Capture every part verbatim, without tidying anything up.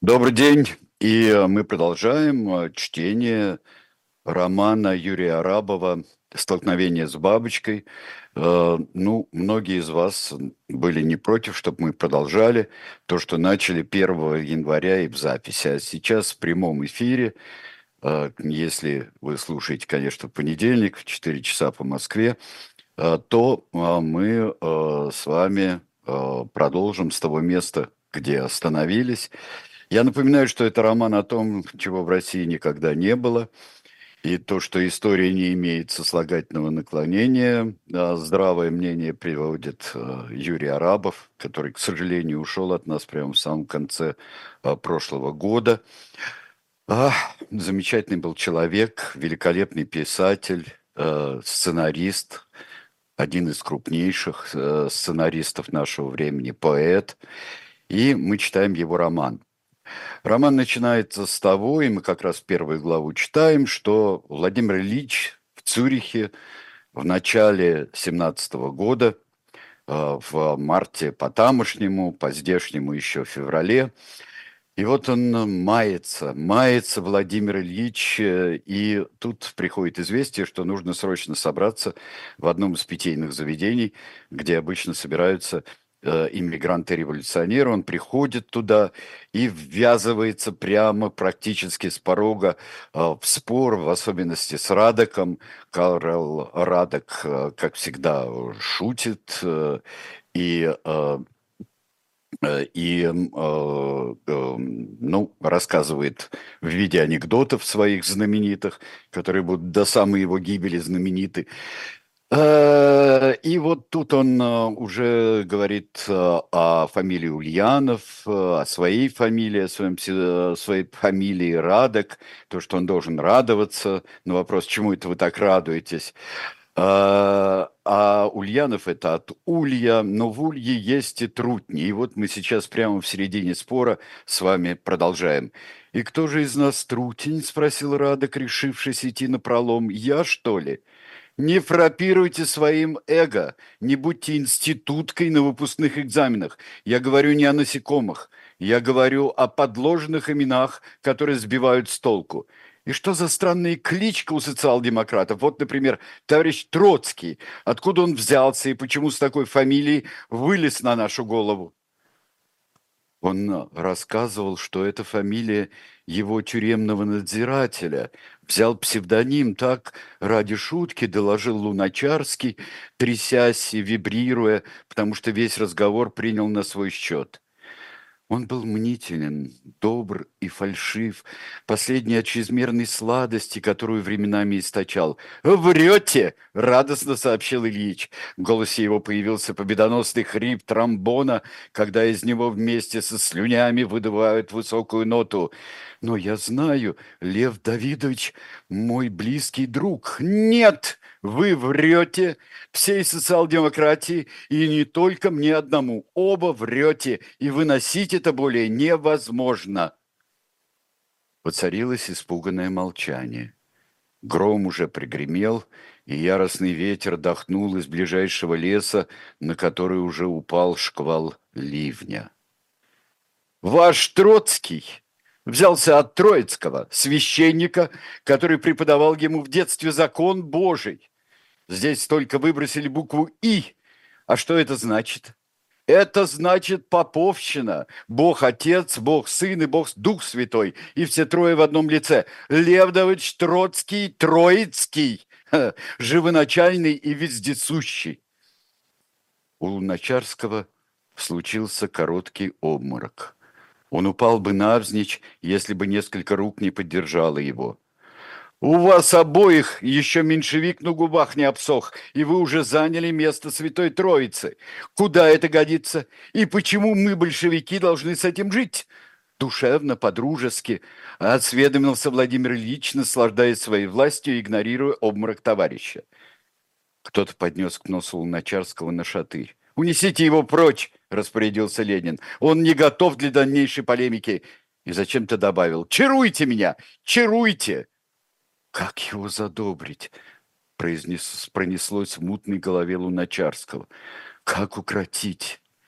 Добрый день, и э, мы продолжаем э, чтение романа Юрия Арабова «Столкновение с бабочкой». Э, Ну, многие из вас были не против, чтобы мы продолжали то, что начали первого января и в записи. А сейчас в прямом эфире, э, если вы слушаете, конечно, в понедельник, в четыре часа по Москве, э, то э, мы э, с вами э, продолжим с того места, где остановились. Я напоминаю, что это роман о том, чего в России никогда не было, и то, что история не имеет сослагательного наклонения. А здравое мнение приводит э, Юрий Арабов, который, к сожалению, ушел от нас прямо в самом конце э, прошлого года. А, замечательный был человек, великолепный писатель, э, сценарист, один из крупнейших э, сценаристов нашего времени, поэт. И мы читаем его роман. Роман начинается с того, и мы как раз первую главу читаем, что Владимир Ильич в Цюрихе в начале семнадцатого года, э, в марте по тамошнему, по здешнему еще в феврале, и вот он э, мается, мается Владимир Ильич, э, и тут приходит известие, что нужно срочно собраться в одном из питейных заведений, где обычно собираются э, иммигранты-революционеры. Он приходит туда и ввязывается прямо практически с порога э, в спор, в особенности с Радоком. Карл Радок, э, как всегда, шутит э, и э, Э, и, м, э, эм, ну, рассказывает в виде анекдотов своих знаменитых, которые будут до самой его гибели знамениты. Э, И вот тут он э, уже говорит э, о фамилии Ульянов, э, о своей фамилии, о своем, псе- своей фамилии Радок, то, что он должен радоваться. На вопрос, чему это вы так радуетесь? А, а Ульянов это от Улья, но в Улье есть и трутни. И вот мы сейчас прямо в середине спора с вами продолжаем. «И кто же из нас трутень?» – спросил Радок, решившись идти на пролом. «Я, что ли?» «Не фрапируйте своим эго, не будьте институткой на выпускных экзаменах. Я говорю не о насекомых, я говорю о подложных именах, которые сбивают с толку. И что за странная кличка у социал-демократов? Вот, например, товарищ Троцкий. Откуда он взялся и почему с такой фамилией вылез на нашу голову?» Он э, рассказывал, что это фамилия его тюремного надзирателя. Взял псевдоним так, ради шутки, доложил Луначарский, трясясь и вибрируя, потому что весь разговор принял на свой счет. Он был мнителен, добр и фальшив, последний от чрезмерной сладости, которую временами источал. «Врете!» — радостно сообщил Ильич. В голосе его появился победоносный хрип тромбона, когда из него вместе со слюнями выдувают высокую ноту. «Но я знаю, Лев Давидович мой близкий друг». «Нет, вы врете всей социал-демократии и не только мне одному. Оба врете, и выносить это более невозможно». Воцарилось испуганное молчание. Гром уже пригремел, и яростный ветер дохнул из ближайшего леса, на который уже упал шквал ливня. «Ваш Троцкий взялся от Троицкого, священника, который преподавал ему в детстве закон Божий. Здесь только выбросили букву «и». А что это значит? Это значит поповщина. Бог Отец, Бог Сын и Бог Дух Святой. И все трое в одном лице. Лев Давыдович Троцкий, Троицкий, ха, живоначальный и вездесущий. У Луначарского случился короткий обморок. Он упал бы навзничь, если бы несколько рук не поддержало его. «У вас обоих еще меньшевик на губах не обсох, и вы уже заняли место Святой Троицы. Куда это годится? И почему мы, большевики, должны с этим жить?» Душевно, по-дружески осведомился Владимир Ильич, наслаждаясь своей властью и игнорируя обморок товарища. Кто-то поднес к носу Луначарского на шатырь. «Унесите его прочь!» – распорядился Ленин. «Он не готов для дальнейшей полемики!» И зачем-то добавил: «Чаруйте меня! Чаруйте!» «Как его задобрить?» – произнес, пронеслось в мутной голове Луначарского. «Как укротить?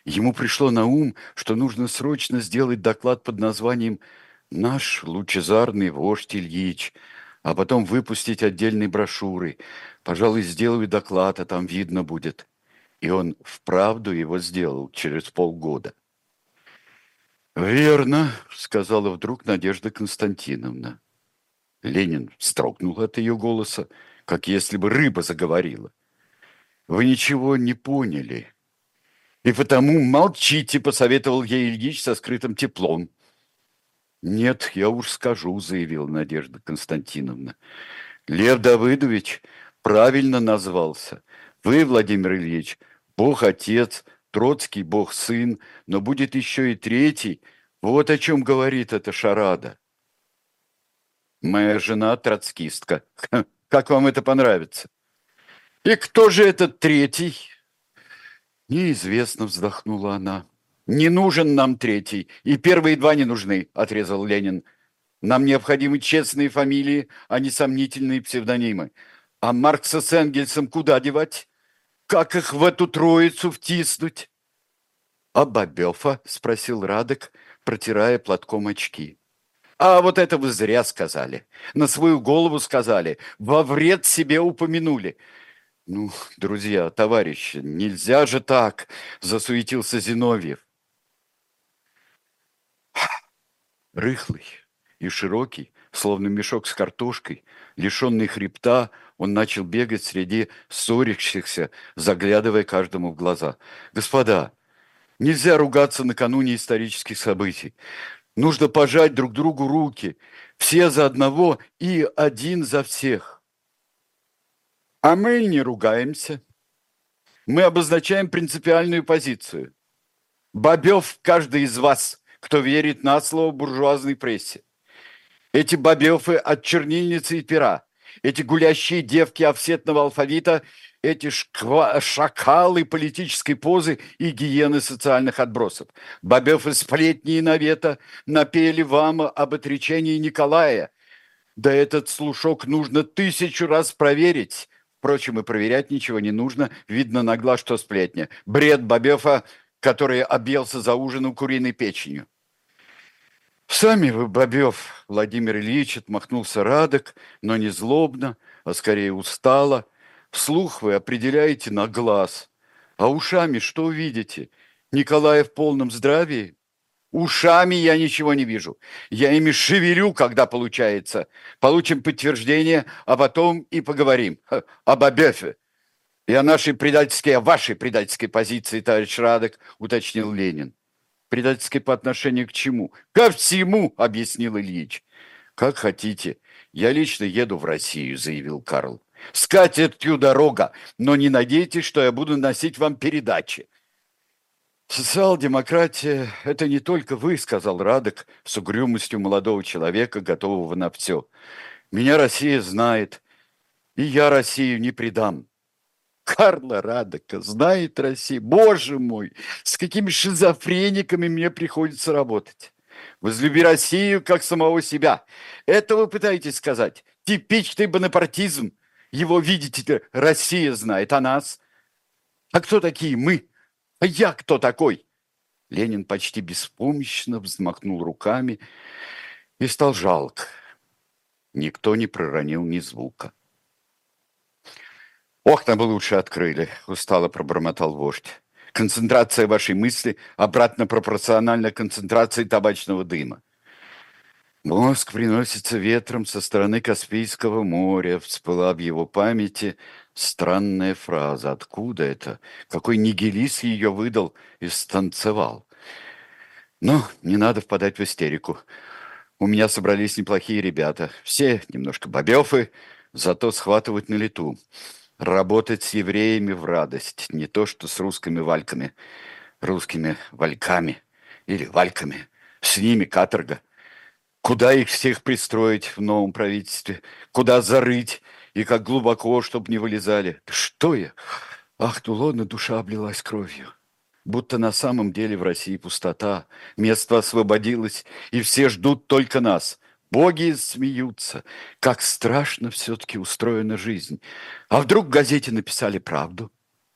Ему пришло на ум, что нужно срочно сделать доклад под названием «Наш лучезарный вождь Ильич», а потом выпустить отдельной брошюрой. Пожалуй, сделаю доклад, а там видно будет. И он вправду его сделал через полгода. «Верно», — сказала вдруг Надежда Константиновна. Ленин вздрогнул от ее голоса, как если бы рыба заговорила. «Вы ничего не поняли. И потому молчите», — посоветовал ей Ильич со скрытым теплом. «Нет, я уж скажу», — заявила Надежда Константиновна. «Лев Давыдович правильно назвался. Вы, Владимир Ильич, Бог-Отец, Троцкий Бог-Сын, но будет еще и третий. Вот о чем говорит эта шарада». «Моя жена троцкистка. Как вам это понравится?» «И кто же этот третий?» «Неизвестно», — вздохнула она. «Не нужен нам третий, и первые два не нужны», — отрезал Ленин. «Нам необходимы честные фамилии, а не сомнительные псевдонимы. А Маркса с Энгельсом куда девать? Как их в эту троицу втиснуть?» «А Бобёфа?» — спросил Радек, протирая платком очки. «А вот это вы зря сказали. На свою голову сказали. Во вред себе упомянули». «Ну, друзья, товарищи, нельзя же так!» — засуетился Зиновьев. Рыхлый и широкий, словно мешок с картошкой, лишенный хребта, он начал бегать среди ссорящихся, заглядывая каждому в глаза. «Господа, нельзя ругаться накануне исторических событий. Нужно пожать друг другу руки. Все за одного и один за всех». «А мы не ругаемся. Мы обозначаем принципиальную позицию. Бобёв каждый из вас, кто верит на слово буржуазной прессе. Эти бобёвы от чернильницы и пера, эти гулящие девки офсетного алфавита, эти шква- шакалы политической позы и гиены социальных отбросов. Бобёвы сплетни и навета напели вам об отречении Николая. Да этот слушок нужно тысячу раз проверить. Впрочем, и проверять ничего не нужно. Видно на глаз, что сплетня. Бред Бобёфа, который объелся за ужином куриной печенью. «Сами вы, Бобёв», — Владимир Ильич отмахнулся Радек, но не злобно, а скорее устало. «Слух вы определяете на глаз. А ушами что увидите? Николая в полном здравии? Ушами я ничего не вижу. Я ими шевелю, когда получается. Получим подтверждение, а потом и поговорим. Ха, об Бобёфе. И о нашей предательской, о вашей предательской позиции, товарищ Радек», — уточнил Ленин. «Предательской по отношению к чему?» «Ко всему», — объяснил Ильич. «Как хотите. Я лично еду в Россию», — заявил Карл. «С катертью дорога, но не надейтесь, что я буду носить вам передачи». «Социал-демократия – это не только вы», – сказал Радек с угрюмостью молодого человека, готового на все. «Меня Россия знает, и я Россию не предам». Карла Радека знает Россия. Боже мой, с какими шизофрениками мне приходится работать. Возлюби Россию как самого себя. Это вы пытаетесь сказать? Типичный бонапартизм. Его, видите, Россия знает, а нас? А кто такие мы? А я кто такой? Ленин почти беспомощно взмахнул руками и стал жалок. Никто не проронил ни звука. «Окна бы лучше открыли», — устало пробормотал вождь. «Концентрация вашей мысли обратно пропорциональна концентрации табачного дыма. Мозг приносится ветром со стороны Каспийского моря», — всплыла в его памяти странная фраза. Откуда это? Какой нигилист ее выдал и станцевал? Но не надо впадать в истерику. У меня собрались неплохие ребята. Все немножко бобёфы, зато схватывают на лету. Работать с евреями в радость, не то что с русскими вальками, русскими вальками или вальками. С ними каторга. Куда их всех пристроить в новом правительстве? Куда зарыть? И как глубоко, чтобы не вылезали? Да что я? Ах, Тулона, душа облилась кровью. Будто на самом деле в России пустота. Место освободилось, и все ждут только нас. Боги смеются. Как страшно все-таки устроена жизнь. А вдруг в газете написали правду?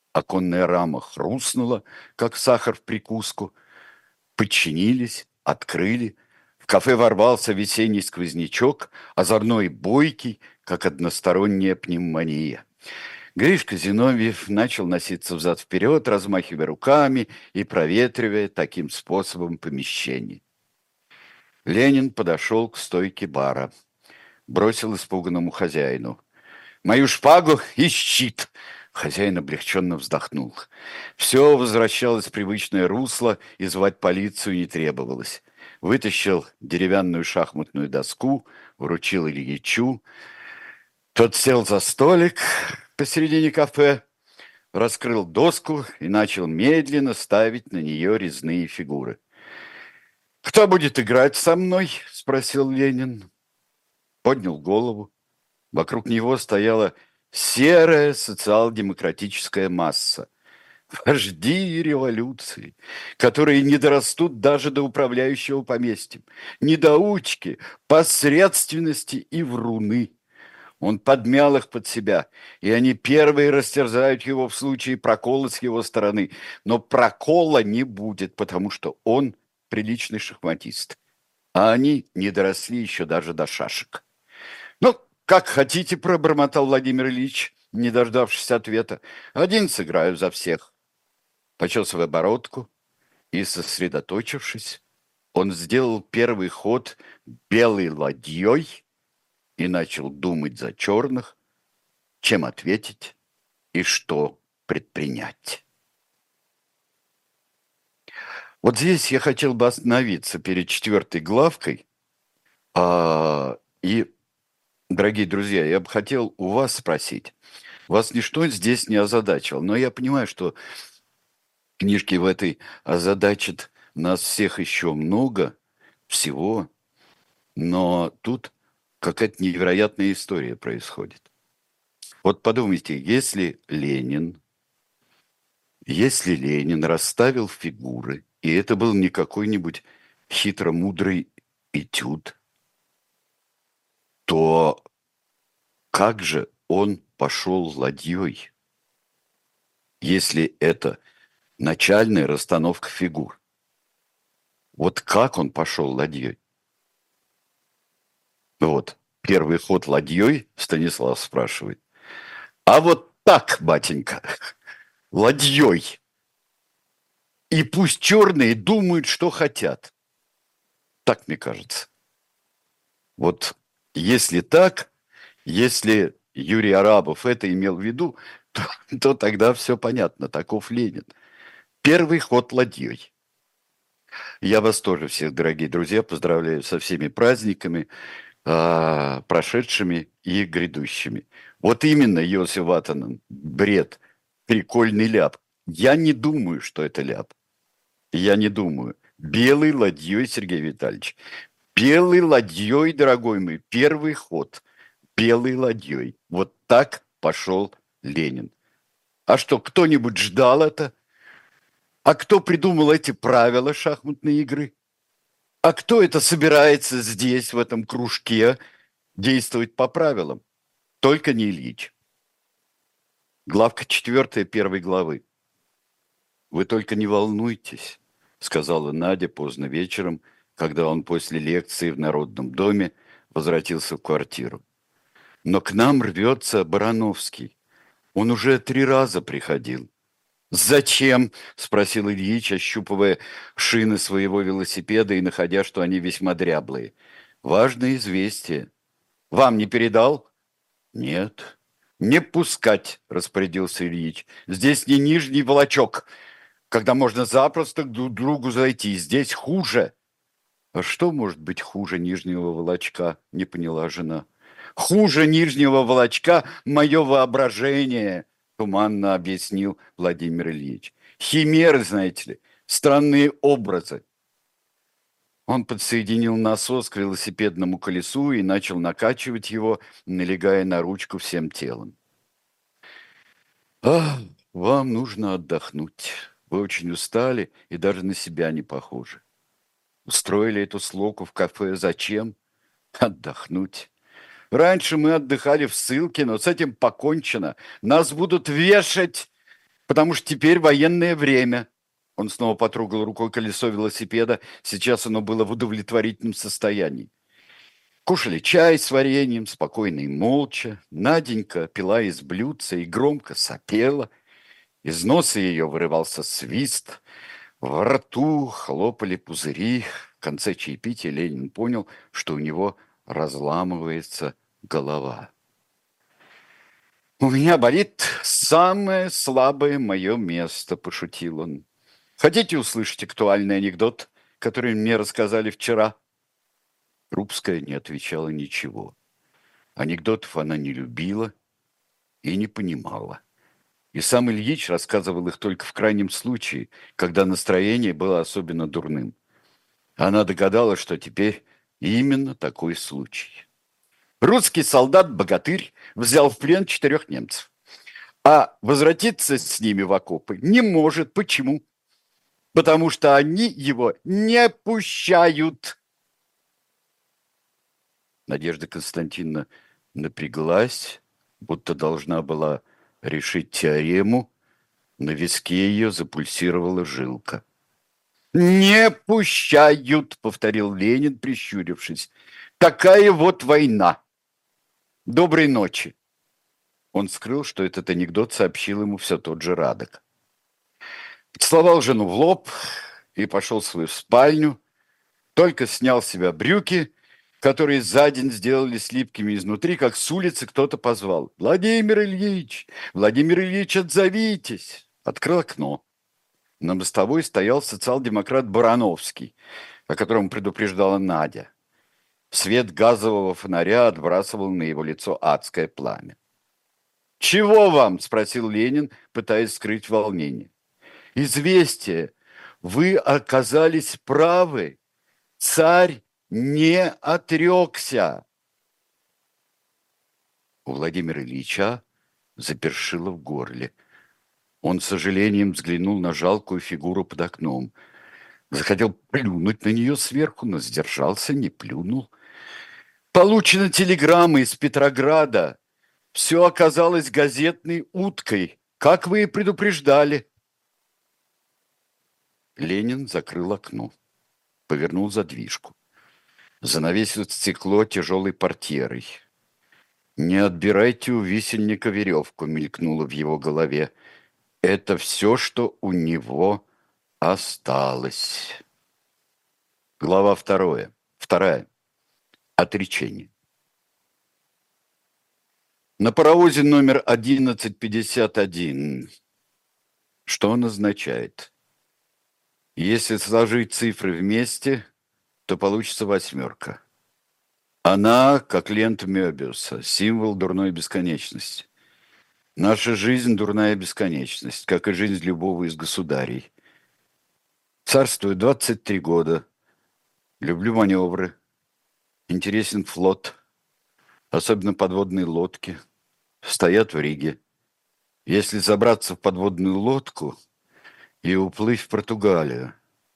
Оконная рама хрустнула, как сахар в прикуску. Подчинились, открыли. В кафе ворвался весенний сквознячок, озорной и бойкий, как односторонняя пневмония. Гришка Зиновьев начал носиться взад-вперед, размахивая руками и проветривая таким способом помещение. Ленин подошел к стойке бара, бросил испуганному хозяину: «Мою шпагу и щит!» Хозяин облегченно вздохнул. Все возвращалось в привычное русло, и звать полицию не требовалось. Вытащил деревянную шахматную доску, вручил Ильичу. Тот сел за столик посередине кафе, раскрыл доску и начал медленно ставить на нее резные фигуры. «Кто будет играть со мной?» – спросил Ленин. Поднял голову. Вокруг него стояла серая социал-демократическая масса. Вожди революции, которые не дорастут даже до управляющего поместьем. Недоучки, посредственности и вруны. Он подмял их под себя, и они первые растерзают его в случае прокола с его стороны. Но прокола не будет, потому что он приличный шахматист. А они не доросли еще даже до шашек. «Ну, как хотите», – пробормотал Владимир Ильич, не дождавшись ответа. «Один сыграю за всех». Почесывая бородку и сосредоточившись, он сделал первый ход белой ладьей и начал думать за черных, чем ответить и что предпринять. Вот здесь я хотел бы остановиться перед четвертой главкой. А, и, дорогие друзья, я бы хотел у вас спросить. Вас ничто здесь не озадачивало, но я понимаю, что книжки в этой озадачат нас всех еще много всего, но тут какая-то невероятная история происходит. Вот подумайте, если Ленин, если Ленин расставил фигуры, и это был не какой-нибудь хитромудрый этюд, то как же он пошел ладьей, если это начальная расстановка фигур? Вот как он пошел ладьей? Вот, первый ход ладьей, Станислав спрашивает. А вот так, батенька, ладьей. И пусть черные думают, что хотят. Так мне кажется. Вот если так, если Юрий Арабов это имел в виду, то, то тогда все понятно. Таков Ленин. Первый ход ладьей. Я вас тоже всех, дорогие друзья, поздравляю со всеми праздниками, а, прошедшими и грядущими. Вот именно, Йосиф Ватанен, бред, прикольный ляп. Я не думаю, что это ляп. Я не думаю. Белой ладьей, Сергей Витальевич. Белой ладьей, дорогой мой, первый ход. Белой ладьей. Вот так пошел Ленин. А что, кто-нибудь ждал это? А кто придумал эти правила шахматной игры? А кто это собирается здесь, в этом кружке, действовать по правилам? Только не Ильич. Главка четвертая первой главы. «Вы только не волнуйтесь», — сказала Надя поздно вечером, когда он после лекции в Народном доме возвратился в квартиру. «Но к нам рвется Барановский. Он уже три раза приходил». «Зачем?» – спросил Ильич, ощупывая шины своего велосипеда и находя, что они весьма дряблые. «Важное известие. Вам не передал?» «Нет». «Не пускать», – распорядился Ильич. «Здесь не Нижний Волочок, когда можно запросто друг к другу зайти. Здесь хуже». «А что может быть хуже Нижнего Волочка?» – не поняла жена. «Хуже Нижнего Волочка мое воображение», – туманно объяснил Владимир Ильич. «Химеры, знаете ли, странные образы». Он подсоединил насос к велосипедному колесу и начал накачивать его, налегая на ручку всем телом. «Ах, вам нужно отдохнуть. Вы очень устали и даже на себя не похожи. Устроили эту слоку в кафе. Зачем? Отдохнуть. Раньше мы отдыхали в ссылке, но с этим покончено. Нас будут вешать Потому что теперь военное время. Он снова потрогал рукой колесо велосипеда. Сейчас оно было в удовлетворительном состоянии. Кушали чай с вареньем, спокойно и молча. Наденька пила из блюдца и громко сопела. Из носа ее вырывался свист. Во рту хлопали пузыри. В конце чаепития Ленин понял, что у него разламывается голова. «У меня болит самое слабое мое место», – пошутил он. «Хотите услышать актуальный анекдот, который мне рассказали вчера?» Крупская не отвечала ничего. Анекдотов она не любила и не понимала. И сам Ильич рассказывал их только в крайнем случае, когда настроение было особенно дурным. Она догадалась, что теперь именно такой случай. Русский солдат-богатырь взял в плен четырех немцев, а возвратиться с ними в окопы не может. Почему? Потому что они его не пущают. Надежда Константиновна напряглась, будто должна была решить теорему. На виске ее запульсировала жилка. «Не пущают», — повторил Ленин, прищурившись. «Такая вот война. Доброй ночи». Он скрыл, что этот анекдот сообщил ему все тот же Радок. Поцеловал жену в лоб и пошел в свою спальню. Только снял с себя брюки, которые за день сделались липкими изнутри, как с улицы кто-то позвал: «Владимир Ильич! Владимир Ильич, отзовитесь!» Открыл окно. На мостовой стоял социал-демократ Барановский, о котором предупреждала Надя. Свет газового фонаря отбрасывал на его лицо адское пламя. «Чего вам?» – спросил Ленин, пытаясь скрыть волнение. «Известие. Вы оказались правы. Царь не отрекся». У Владимира Ильича запершило в горле. Он с сожалением взглянул на жалкую фигуру под окном. Захотел плюнуть на нее сверху, но сдержался, не плюнул. «Получена телеграмма из Петрограда. Все оказалось газетной уткой, как вы и предупреждали». Ленин закрыл окно, повернул задвижку, занавесил стекло тяжелой портьерой. «Не отбирайте у висельника веревку», — мелькнуло в его голове. «Это все, что у него осталось». Глава вторая. Вторая. Отречение. На паровозе номер одиннадцать пятьдесят один. Что он означает? Если сложить цифры вместе, то получится восьмерка. Она, как лента Мёбиуса, символ дурной бесконечности. Наша жизнь – дурная бесконечность, как и жизнь любого из государей. Царствую двадцать три года. Люблю маневры. Интересен флот. Особенно подводные лодки. Стоят в Риге. Если забраться в подводную лодку и уплыть в Португалию,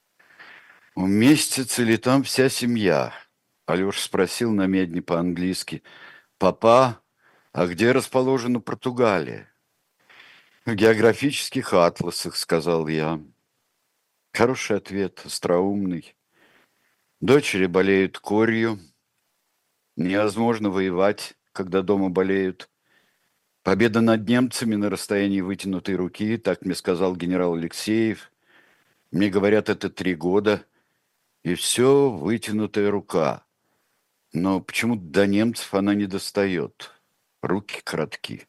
уместится ли там вся семья? Алеша спросил на медне по-английски: «Папа, а где расположена Португалия?» «В географических атласах», — сказал я. Хороший ответ, остроумный. Дочери болеют корью. Невозможно воевать, когда дома болеют. Победа над немцами на расстоянии вытянутой руки, так мне сказал генерал Алексеев. Мне говорят, это три года, и все вытянутая рука. Но почему-то до немцев она не достает. Руки коротки.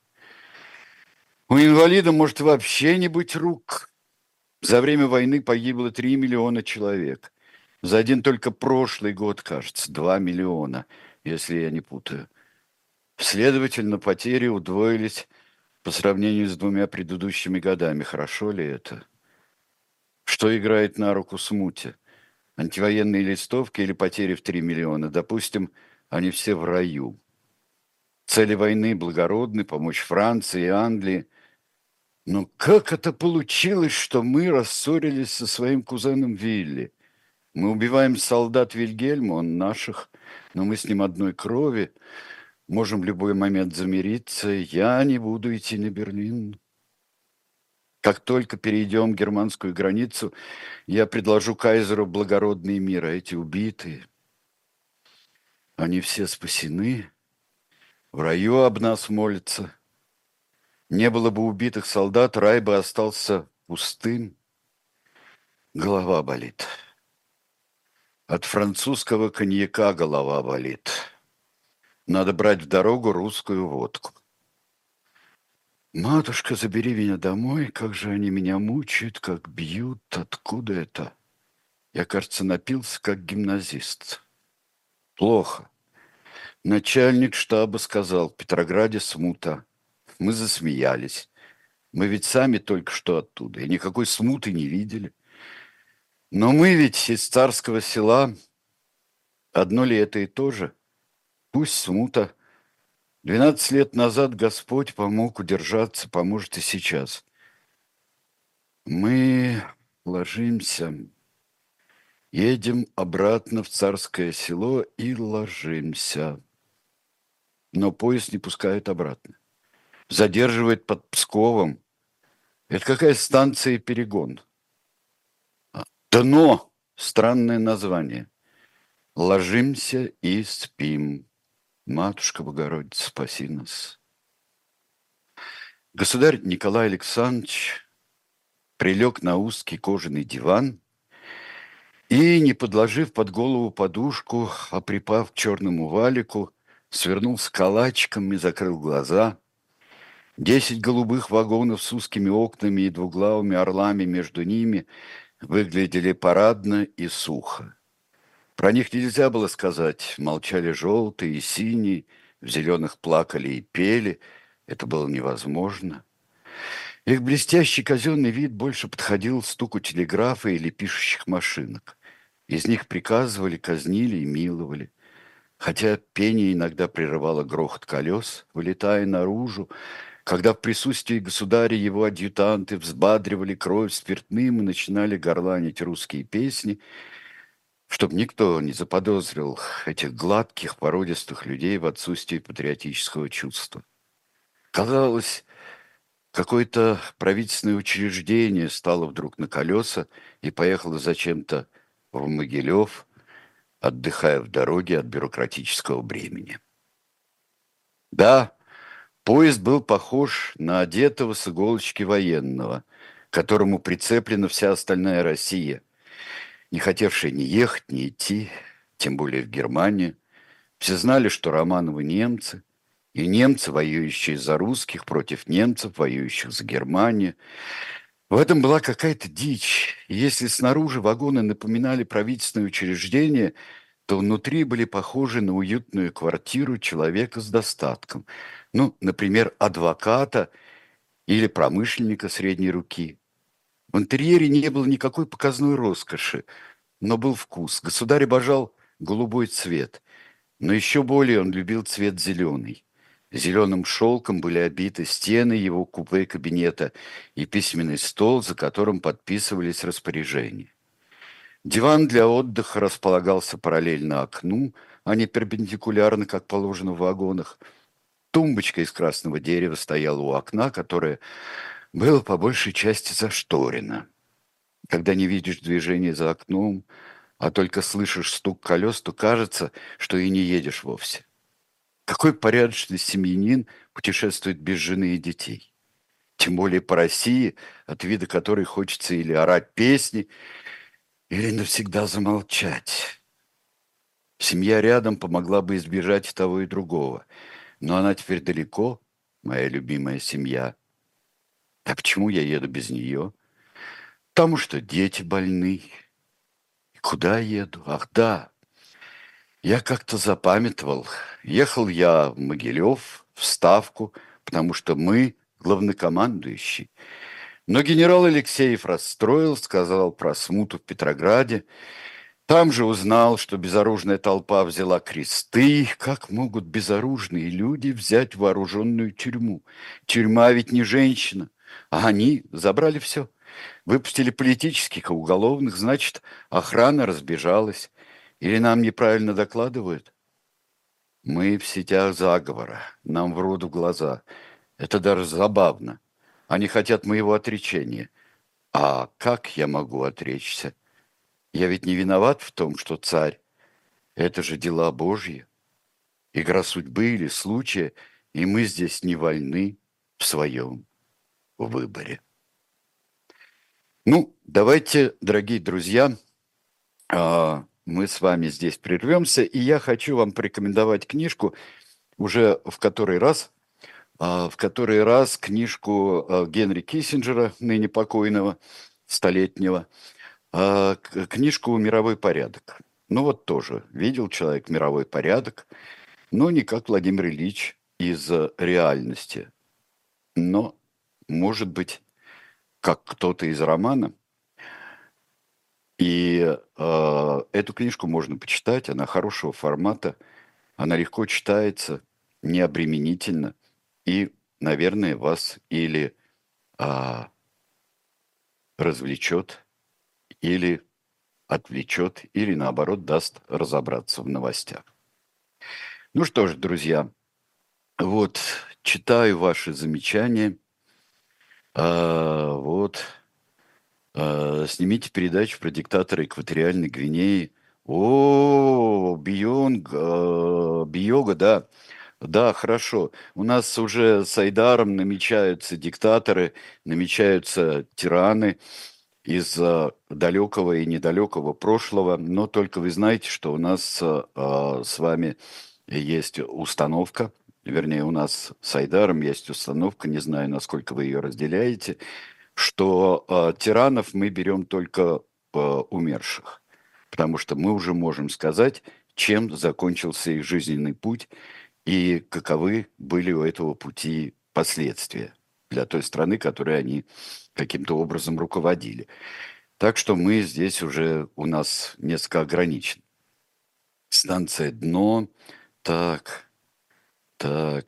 У инвалида может вообще не быть рук. За время войны погибло три миллиона человек. За один только прошлый год, кажется, два миллиона, если я не путаю. Следовательно, потери удвоились по сравнению с двумя предыдущими годами. Хорошо ли это? Что играет на руку смуте? Антивоенные листовки или потери в три миллиона? Допустим, они все в раю. Цели войны благородны, помочь Франции и Англии. Но как это получилось, что мы рассорились со своим кузеном Вилли? Мы убиваем солдат Вильгельма, он наших, но мы с ним одной крови. Можем в любой момент замириться. Я не буду идти на Берлин. Как только перейдем германскую границу, я предложу кайзеру благородный мир, а эти убитые, они все спасены, в раю об нас молятся. Не было бы убитых солдат, рай бы остался пустым. Голова болит. От французского коньяка голова болит. Надо брать в дорогу русскую водку. Матушка, забери меня домой, как же они меня мучают, как бьют, откуда это? Я, кажется, напился, как гимназист. Плохо. Начальник штаба сказал, в Петрограде смута. Мы засмеялись. Мы ведь сами только что оттуда, и никакой смуты не видели. Но мы ведь из царского села. Одно ли это и то же? Пусть смута. Двенадцать лет назад Господь помог удержаться, поможет и сейчас. Мы ложимся, едем обратно в царское село и ложимся. Но поезд не пускает обратно. Задерживает под Псковом. Это какая станция Перегон? Дно. Странное название. Ложимся и спим. Матушка Богородица, спаси нас. Государь Николай Александрович прилег на узкий кожаный диван и, не подложив под голову подушку, а припав к черному валику, свернулся калачиком и закрыл глаза. Десять голубых вагонов с узкими окнами и двуглавыми орлами между ними выглядели парадно и сухо. Про них нельзя было сказать. Молчали желтые и синие, в зеленых плакали и пели. Это было невозможно. Их блестящий казенный вид больше подходил стуку телеграфа или пишущих машинок. Из них приказывали, казнили и миловали. Хотя пение иногда прерывало грохот колес, вылетая наружу, когда в присутствии государя его адъютанты взбадривали кровь спиртным и начинали горланить русские песни, чтобы никто не заподозрил этих гладких, породистых людей в отсутствии патриотического чувства. Казалось, какое-то правительственное учреждение стало вдруг на колеса и поехало зачем-то в Могилев, отдыхая в дороге от бюрократического бремени. Да, поезд был похож на одетого с иголочки военного, к которому прицеплена вся остальная Россия, не хотевшая ни ехать, ни идти, тем более в Германию. Все знали, что Романовы немцы, и немцы, воюющие за русских, против немцев, воюющих за Германию. В этом была какая-то дичь. И если снаружи вагоны напоминали правительственное учреждение, то внутри были похожи на уютную квартиру человека с достатком. Ну, например, адвоката или промышленника средней руки. В интерьере не было никакой показной роскоши, но был вкус. Государь обожал голубой цвет, но еще более он любил цвет зеленый. Зеленым шелком были обиты стены его купе-кабинета и письменный стол, за которым подписывались распоряжения. Диван для отдыха располагался параллельно окну, а не перпендикулярно, как положено в вагонах. Тумбочка из красного дерева стояла у окна, которое было по большей части зашторено. Когда не видишь движения за окном, а только слышишь стук колес, то кажется, что и не едешь вовсе. Какой порядочный семьянин путешествует без жены и детей? Тем более по России, от вида которой хочется или орать песни, или навсегда замолчать. Семья рядом помогла бы избежать и того, и другого. Но она теперь далеко, моя любимая семья. А почему я еду без нее? Потому что дети больны. И куда еду? Ах, да. Я как-то запамятовал. Ехал я в Могилев, в Ставку, потому что мы главнокомандующий. Но генерал Алексеев расстроил, сказал про смуту в Петрограде. Там же узнал, что безоружная толпа взяла кресты. Как могут безоружные люди взять вооруженную тюрьму? Тюрьма ведь не женщина. А они забрали все. Выпустили политических и уголовных, значит, охрана разбежалась. Или нам неправильно докладывают? Мы в сетях заговора. Нам врут в глаза. Это даже забавно. Они хотят моего отречения. А как я могу отречься? Я ведь не виноват в том, что царь. Это же дела Божьи, игра судьбы или случая, и мы здесь не вольны в своем выборе. Ну, давайте, дорогие друзья, а, мы с вами здесь прервемся, и я хочу вам порекомендовать книжку уже в который раз, а, в который раз книжку а, Генри Киссинджера, ныне покойного, столетнего, а, к- книжку «Мировой порядок». Ну вот тоже видел человек мировой порядок, но не как Владимир Ильич из э, реальности, но, может быть, как кто-то из романа. И э, эту книжку можно почитать, она хорошего формата, она легко читается, необременительно и, наверное, вас или а, развлечет, или отвлечет, или, наоборот, даст разобраться в новостях. Ну что ж, друзья, вот читаю ваши замечания. А, вот а, снимите передачу про диктатора Экваториальной Гвинеи. О, Бионг, а, Биога, да. Да, хорошо. У нас уже с Айдаром намечаются диктаторы, намечаются тираны из а, далекого и недалекого прошлого. Но только вы знаете, что у нас а, с вами есть установка, вернее, у нас с Айдаром есть установка, не знаю, насколько вы ее разделяете, что э, тиранов мы берем только э, умерших, потому что мы уже можем сказать, чем закончился их жизненный путь и каковы были у этого пути последствия для той страны, которой они каким-то образом руководили. Так что мы здесь уже у нас несколько ограничен. Станция «Дно». Так, так.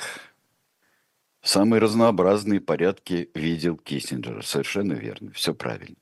Самые разнообразные порядки видел Киссинджер. Совершенно верно. Все правильно.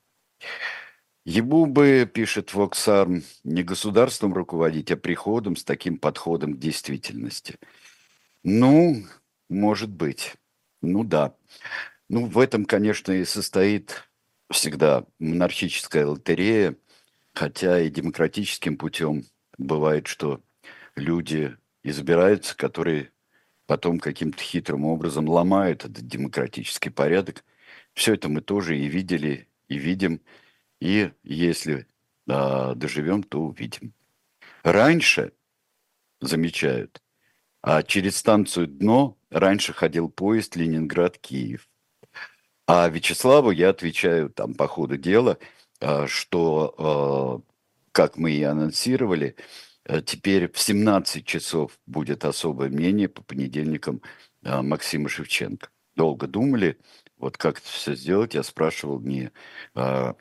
Ему бы, пишет Воксарм, не государством руководить, а приходом с таким подходом к действительности. Ну, может быть. Ну да. Ну, в этом, конечно, и состоит всегда монархическая лотерея, хотя и демократическим путем бывает, что люди избираются, которые потом каким-то хитрым образом ломают этот демократический порядок. Все это мы тоже и видели, и видим, и если а, доживем, то увидим. Раньше, замечают, а через станцию «Дно» раньше ходил поезд Ленинград-Киев. А Вячеславу я отвечаю там по ходу дела, а, что, а, как мы и анонсировали, а, теперь в семнадцать часов будет особое мнение по понедельникам а, Максима Шевченко. Долго думали, вот как это все сделать. Я спрашивал, не, а,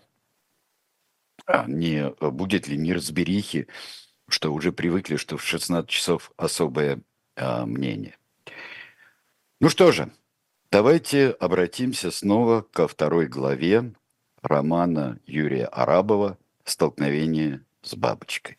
а, не а, будет ли неразберихи, что уже привыкли, что в шестнадцать часов особое а, мнение. Ну что же, давайте обратимся снова ко второй главе романа Юрия Арабова «Столкновение с бабочкой».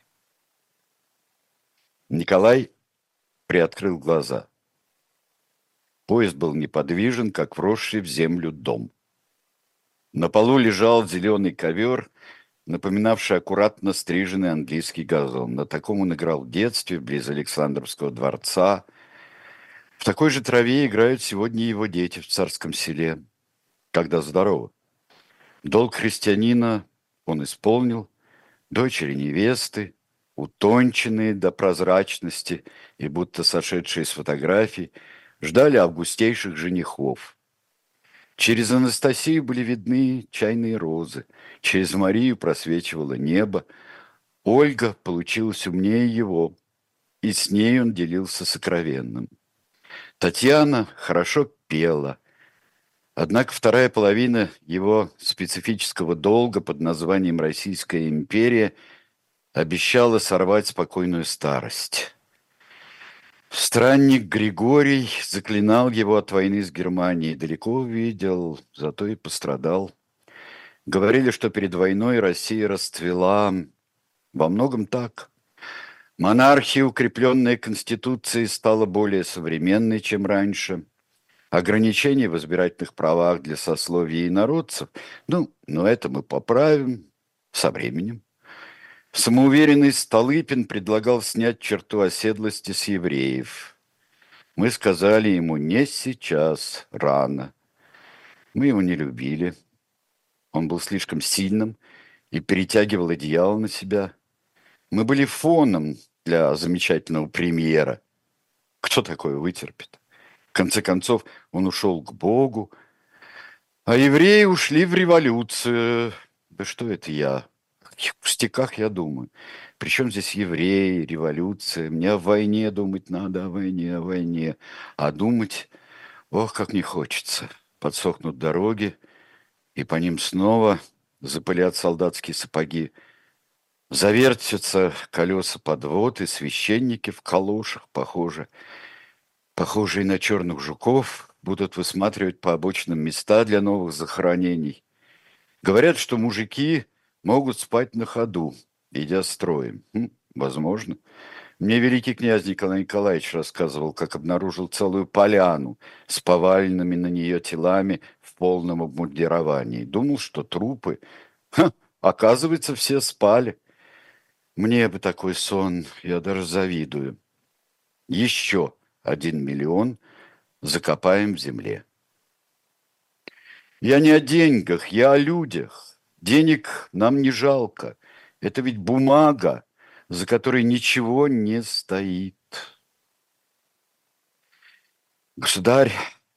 Николай приоткрыл глаза. Поезд был неподвижен, как вросший в землю дом. На полу лежал зеленый ковер, напоминавший аккуратно стриженный английский газон. На таком он играл в детстве, близ Александровского дворца. В такой же траве играют сегодня его дети в царском селе, когда здоровы. Долг христианина он исполнил, дочери невесты, утонченные до прозрачности и будто сошедшие с фотографий, ждали августейших женихов. Через Анастасию были видны чайные розы, через Марию просвечивало небо. Ольга получилась умнее его, и с ней он делился сокровенным. Татьяна хорошо пела, однако вторая половина его специфического долга под названием «Российская империя» обещала сорвать спокойную старость. Странник Григорий заклинал его от войны с Германией. Далеко увидел, зато и пострадал. Говорили, что перед войной Россия расцвела. Во многом так. Монархия, укрепленная Конституцией, стала более современной, чем раньше. ограничения в избирательных правах для сословий и народцев. Ну, но это мы поправим со временем. Самоуверенный Столыпин предлагал снять черту оседлости с евреев. Мы сказали ему: не сейчас, рано. Мы его не любили. Он был слишком сильным и перетягивал одеяло на себя. Мы были фоном для замечательного премьера. Кто такое вытерпит? В конце концов, он ушел к Богу, а евреи ушли в революцию. Да что это я? О каких пустяках я думаю? Причем здесь евреи, революция? Мне о войне думать надо, о войне, о войне. А думать, ох, как не хочется. Подсохнут дороги, и по ним снова запылят солдатские сапоги. Завертятся колеса подвод, и священники в калошах, похоже, похожие на черных жуков, будут высматривать по обочинам места для новых захоронений. Говорят, что мужики могут спать на ходу, идя строем. Хм, возможно. Мне великий князь Николай Николаевич рассказывал, как обнаружил целую поляну с поваленными на нее телами в полном обмундировании. Думал, что трупы. Ха, оказывается, все спали. Мне бы такой сон, я даже завидую. Еще один миллион закопаем в земле. Я не о деньгах, я о людях. Денег нам не жалко. Это ведь бумага, за которой ничего не стоит. Государь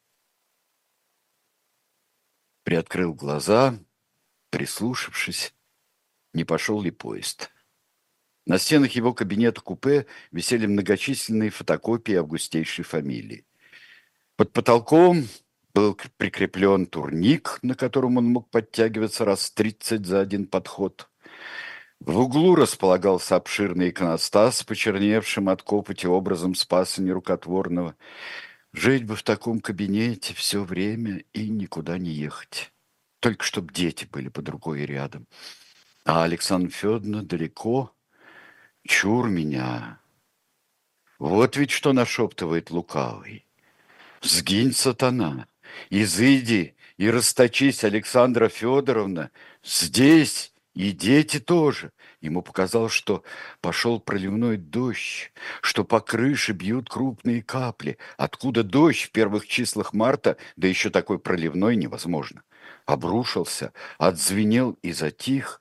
приоткрыл глаза, прислушавшись, не пошел ли поезд. На стенах его кабинета-купе висели многочисленные фотокопии августейшей фамилии. Под потолком был прикреплен турник, на котором он мог подтягиваться раз тридцать за один подход. В углу располагался обширный иконостас с почерневшим от копоти образом Спаса Нерукотворного. Жить бы в таком кабинете все время и никуда не ехать. Только чтоб дети были под рукой и рядом. А Александра Федоровна далеко. Чур меня. Вот ведь что нашептывает лукавый. Сгинь, сатана, изыди и расточись, Александра Федоровна, здесь и дети тоже. Ему показалось, что пошел проливной дождь, что по крыше бьют крупные капли. Откуда дождь в первых числах марта, да еще такой проливной, невозможно. Обрушился, отзвенел и затих.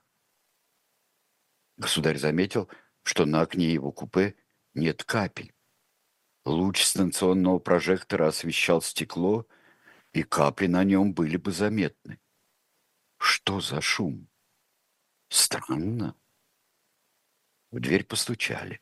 Государь заметил, что на окне его купе нет капель. Луч станционного прожектора освещал стекло, и капли на нем были бы заметны. Что за шум? Странно. В дверь постучали.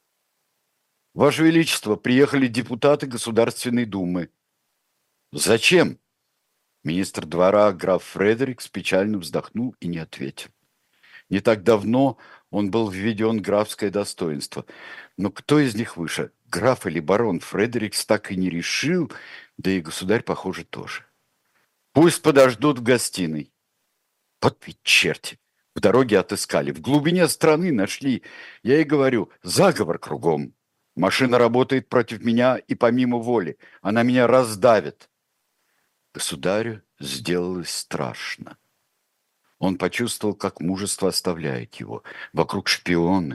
Ваше Величество, приехали депутаты Государственной Думы. Зачем? Министр двора граф Фредерикс печально вздохнул и не ответил. Не так давно он был введен в графское достоинство. Но кто из них выше, граф или барон, Фредерикс так и не решил, да и государь, похоже, тоже. Пусть подождут в гостиной. Вот ведь черти, в дороге отыскали, в глубине страны нашли. Я и говорю, заговор кругом. Машина работает против меня и помимо воли. Она меня раздавит. Государю сделалось страшно. Он почувствовал, как мужество оставляет его. Вокруг шпионы.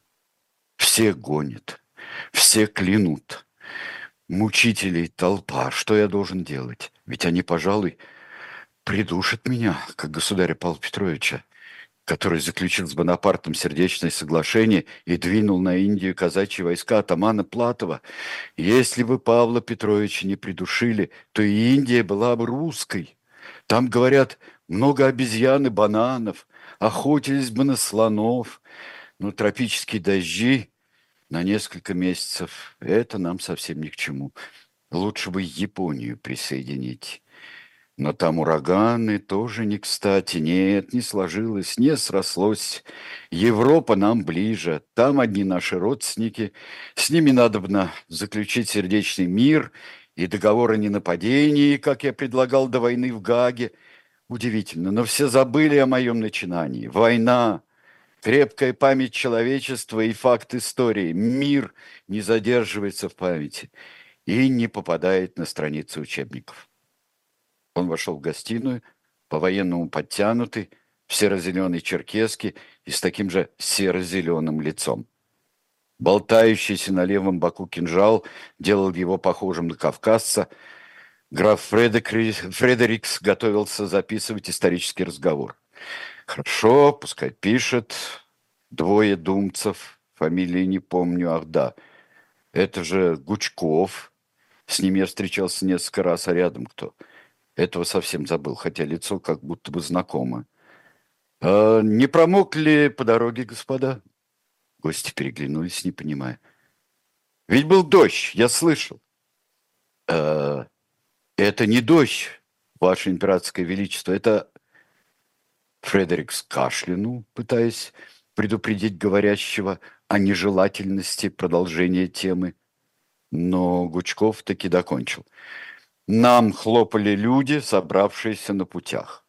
Все гонят, все клянут. Мучителей толпа. Что я должен делать? Ведь они, пожалуй, придушат меня, как государя Павла Петровича, который заключил с Бонапартом сердечное соглашение и двинул на Индию казачьи войска атамана Платова. Если бы Павла Петровича не придушили, то и Индия была бы русской. Там, говорят, много обезьян и бананов, охотились бы на слонов. Но тропические дожди на несколько месяцев – это нам совсем ни к чему. Лучше бы Японию присоединить. Но там ураганы тоже не кстати. Нет, не сложилось, не срослось. Европа нам ближе. Там одни наши родственники. С ними надобно заключить сердечный мир и договор о ненападении, как я предлагал до войны в Гааге. Удивительно, но все забыли о моем начинании. Война, крепкая память человечества и факт истории. Мир не задерживается в памяти. и не попадает на страницы учебников. Он вошел в гостиную, по-военному подтянутый, в серо-зеленой черкеске и с таким же серо-зеленым лицом. Болтающийся на левом боку кинжал делал его похожим на кавказца. Граф Фредерикс готовился записывать исторический разговор. Хорошо, пускай пишет. Двое думцев, фамилии не помню, ах да. Это же Гучков. С ним я встречался несколько раз, а рядом кто? Этого совсем забыл, хотя лицо как будто бы знакомо. «А не промокли по дороге, господа?» Гости переглянулись, не понимая. «Ведь был дождь, я слышал». «Э, «Это не дождь, ваше императорское величество, это...» Фредерикс кашлянул, пытаясь предупредить говорящего о нежелательности продолжения темы. Но Гучков таки докончил. «Нам хлопали люди, собравшиеся на путях.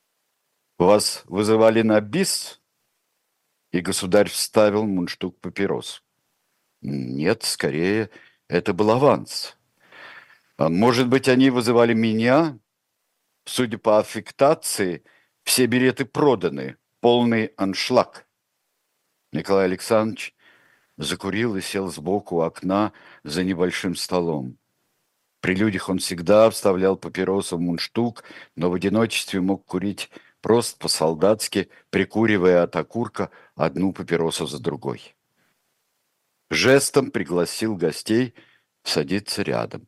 Вас вызывали на бис?» И государь вставил мундштук папирос. «Нет, скорее, это был аванс. А может быть, они вызывали меня? Судя по аффектации, все билеты проданы, полный аншлаг». Николай Александрович закурил и сел сбоку у окна за небольшим столом. При людях он всегда вставлял папиросу в мундштук, но в одиночестве мог курить просто по-солдатски, прикуривая от окурка одну папиросу за другой. Жестом пригласил гостей садиться рядом.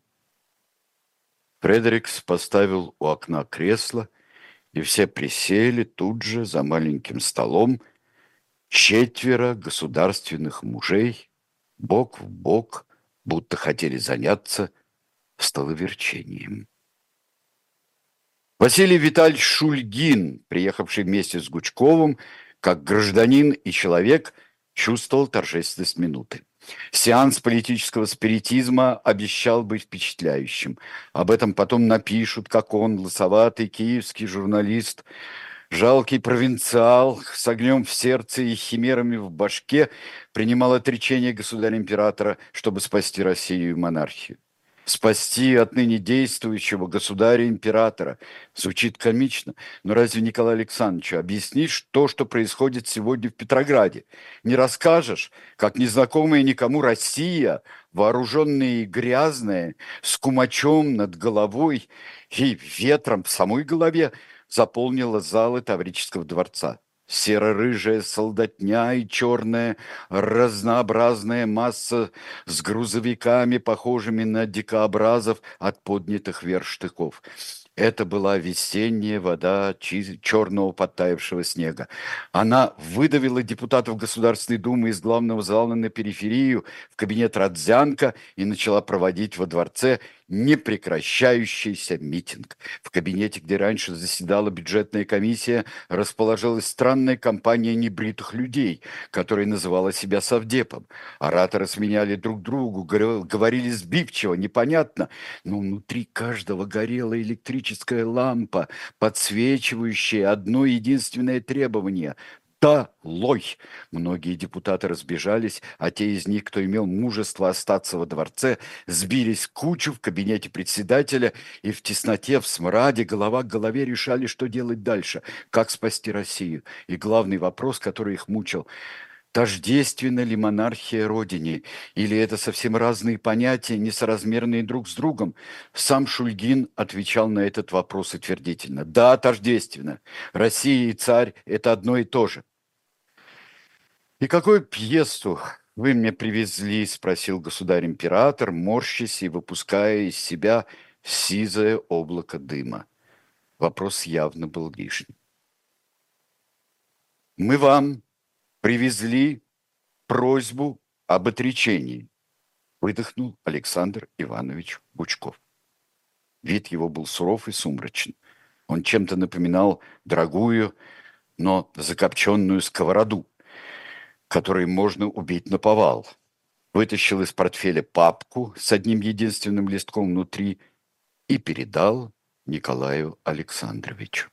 Фредерикс поставил у окна кресло, и все присели тут же за маленьким столом, четверо государственных мужей, бок в бок, будто хотели заняться столоверчением. Василий Витальевич Шульгин, приехавший вместе с Гучковым, как гражданин и человек, чувствовал торжественность минуты. Сеанс политического спиритизма обещал быть впечатляющим. Об этом потом напишут, как он, лысоватый киевский журналист, жалкий провинциал с огнем в сердце и химерами в башке, принимал отречение государя-императора, чтобы спасти Россию и монархию. Спасти отныне действующего государя-императора. Звучит комично, но разве Николаю Александровичу объяснишь то, что происходит сегодня в Петрограде? Не расскажешь, как незнакомая никому Россия, вооруженная и грязная, с кумачом над головой и ветром в самой голове, заполнила залы Таврического дворца. Серо-рыжая солдатня и черная разнообразная масса с грузовиками, похожими на дикообразов от поднятых вверх штыков. Это была весенняя вода черного подтаявшего снега. Она выдавила депутатов Государственной Думы из главного зала на периферию в кабинет Родзянко и начала проводить во дворце непрекращающийся митинг. В кабинете, где раньше заседала бюджетная комиссия, расположилась странная компания небритых людей, которая называла себя совдепом. Ораторы сменяли друг другу, говорили сбивчиво, непонятно, но внутри каждого горела электрическая лампа, подсвечивающая одно единственное требование – «Долой!». Многие депутаты разбежались, а те из них, кто имел мужество остаться во дворце, сбились в кучу в кабинете председателя и в тесноте, в смраде, голова к голове решали, что делать дальше, как спасти Россию. И главный вопрос, который их мучил – тождественна ли монархия Родине, или это совсем разные понятия, несоразмерные друг с другом? Сам Шульгин отвечал на этот вопрос утвердительно. Да, тождественно. Россия и царь – это одно и то же. «И какую пьесу вы мне привезли?» – спросил государь-император, морщась и выпуская из себя сизое облако дыма. Вопрос явно был лишним. «Мы вам привезли просьбу об отречении», – выдохнул Александр Иванович Гучков. Вид его был суров и сумрачен. Он чем-то напоминал дорогую, но закопченную сковороду, которой можно убить наповал. Вытащил из портфеля папку с одним единственным листком внутри и передал Николаю Александровичу.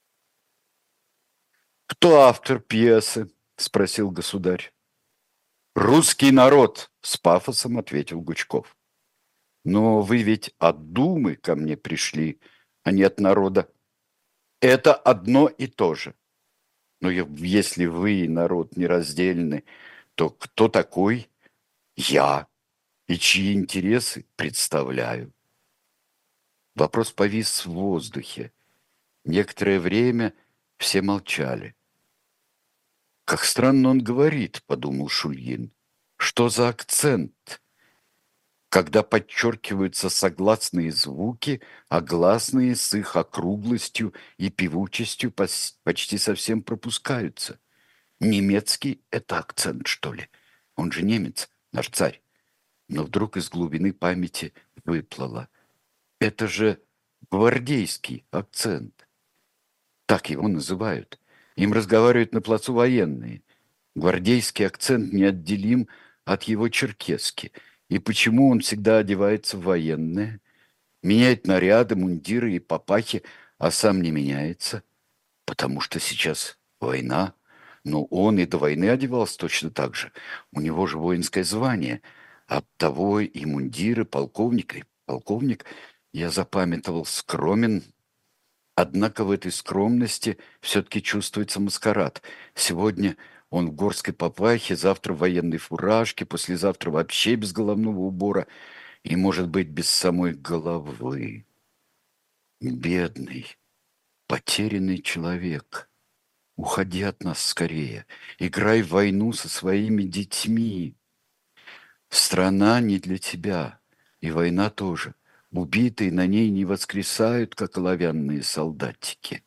«Кто автор пьесы?» – спросил государь. «Русский народ», – с пафосом ответил Гучков. Но вы ведь от Думы ко мне пришли, а не от народа. Это одно и то же. Но е- если вы и народ нераздельны, то кто такой я и чьи интересы представляю? Вопрос повис в воздухе. Некоторое время все молчали. «Как странно он говорит», — подумал Шульгин. «Что за акцент, когда подчеркиваются согласные звуки, а гласные с их округлостью и певучестью пос- почти совсем пропускаются? Немецкий — это акцент, что ли? Он же немец, наш царь». Но вдруг из глубины памяти выплыло. Это же гвардейский акцент. Так его называют. Им разговаривают на плацу военные. Гвардейский акцент неотделим от его черкесски. И почему он всегда одевается в военное, меняет наряды, мундиры и папахи, а сам не меняется? Потому что сейчас война. Но он и до войны одевался точно так же. У него же воинское звание. Оттого и мундиры полковника. И полковник, я запамятовал, скромен. Однако в этой скромности все-таки чувствуется маскарад. Сегодня он в горской папахе, завтра в военной фуражке, послезавтра вообще без головного убора и, может быть, без самой головы. Бедный, потерянный человек. Уходи от нас скорее. Играй в войну со своими детьми. Страна не для тебя, и война тоже. Убитые на ней не воскресают, как оловянные солдатики.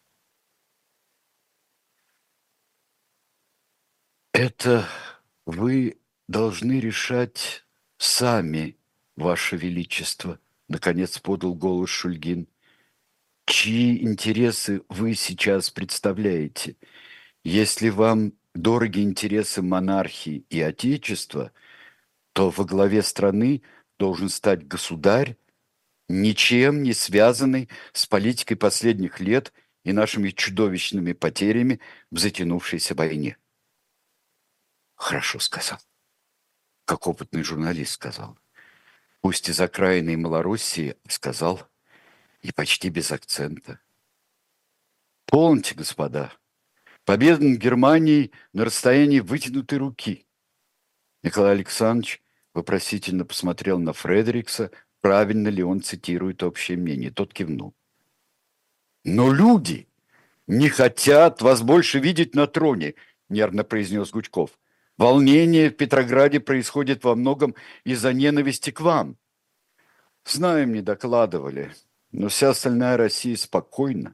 Это вы должны решать сами, Ваше Величество, наконец подал голос Шульгин. Чьи интересы вы сейчас представляете? Если вам дороги интересы монархии и отечества, то во главе страны должен стать государь, ничем не связанный с политикой последних лет и нашими чудовищными потерями в затянувшейся войне. Хорошо сказал. Как опытный журналист сказал. Пусть из окраины Малороссии, сказал, и почти без акцента. Помните, господа, победа над Германией на расстоянии вытянутой руки. Николай Александрович вопросительно посмотрел на Фредерикса, правильно ли он цитирует общее мнение. Тот кивнул. Но люди не хотят вас больше видеть на троне, нервно произнес Гучков. Волнение в Петрограде происходит во многом из-за ненависти к вам. Знаем, не докладывали, но вся остальная Россия спокойна.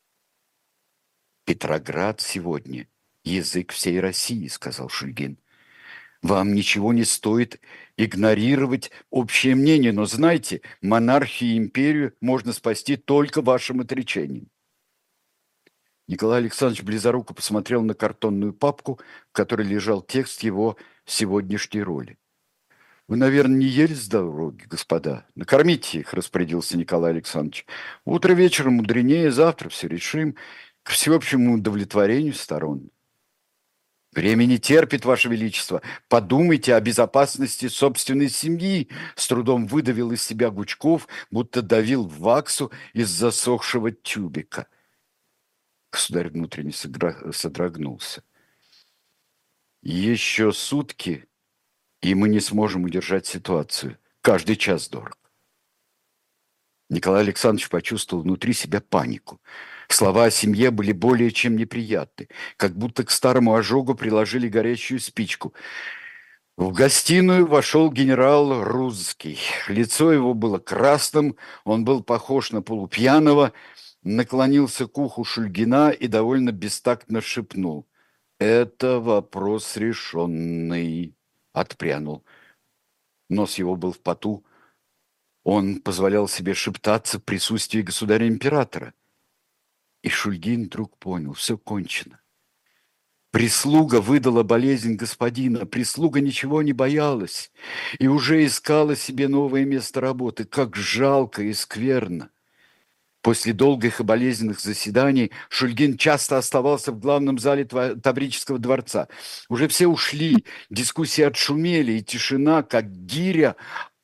Петроград сегодня – язык всей России, сказал Шульгин. Вам ничего не стоит игнорировать общее мнение, но знайте, монархию и империю можно спасти только вашим отречением. Николай Александрович близоруко посмотрел на картонную папку, в которой лежал текст его сегодняшней роли. Вы, наверное, не ели с дороги, господа. Накормите их, распорядился Николай Александрович. Утро вечером мудренее, завтра все решим к всеобщему удовлетворению сторон. Время не терпит, Ваше Величество. Подумайте о безопасности собственной семьи. С трудом выдавил из себя Гучков, будто давил в ваксу из засохшего тюбика. Государь внутренне содрогнулся. Еще сутки, и мы не сможем удержать ситуацию. Каждый час дорог. Николай Александрович почувствовал внутри себя панику. Слова о семье были более чем неприятны, как будто к старому ожогу приложили горящую спичку. В гостиную вошел генерал Рузский. Лицо его было красным, он был похож на полупьяного, наклонился к уху Шульгина и довольно бестактно шепнул. «Это вопрос решенный», — отпрянул. Нос его был в поту. Он позволял себе шептаться в присутствии государя-императора. И Шульгин вдруг понял, все кончено. Прислуга выдала болезнь господина, прислуга ничего не боялась и уже искала себе новое место работы. Как жалко и скверно. После долгих и болезненных заседаний Шульгин часто оставался в главном зале Таврического дворца. Уже все ушли, дискуссии отшумели, и тишина, как гиря,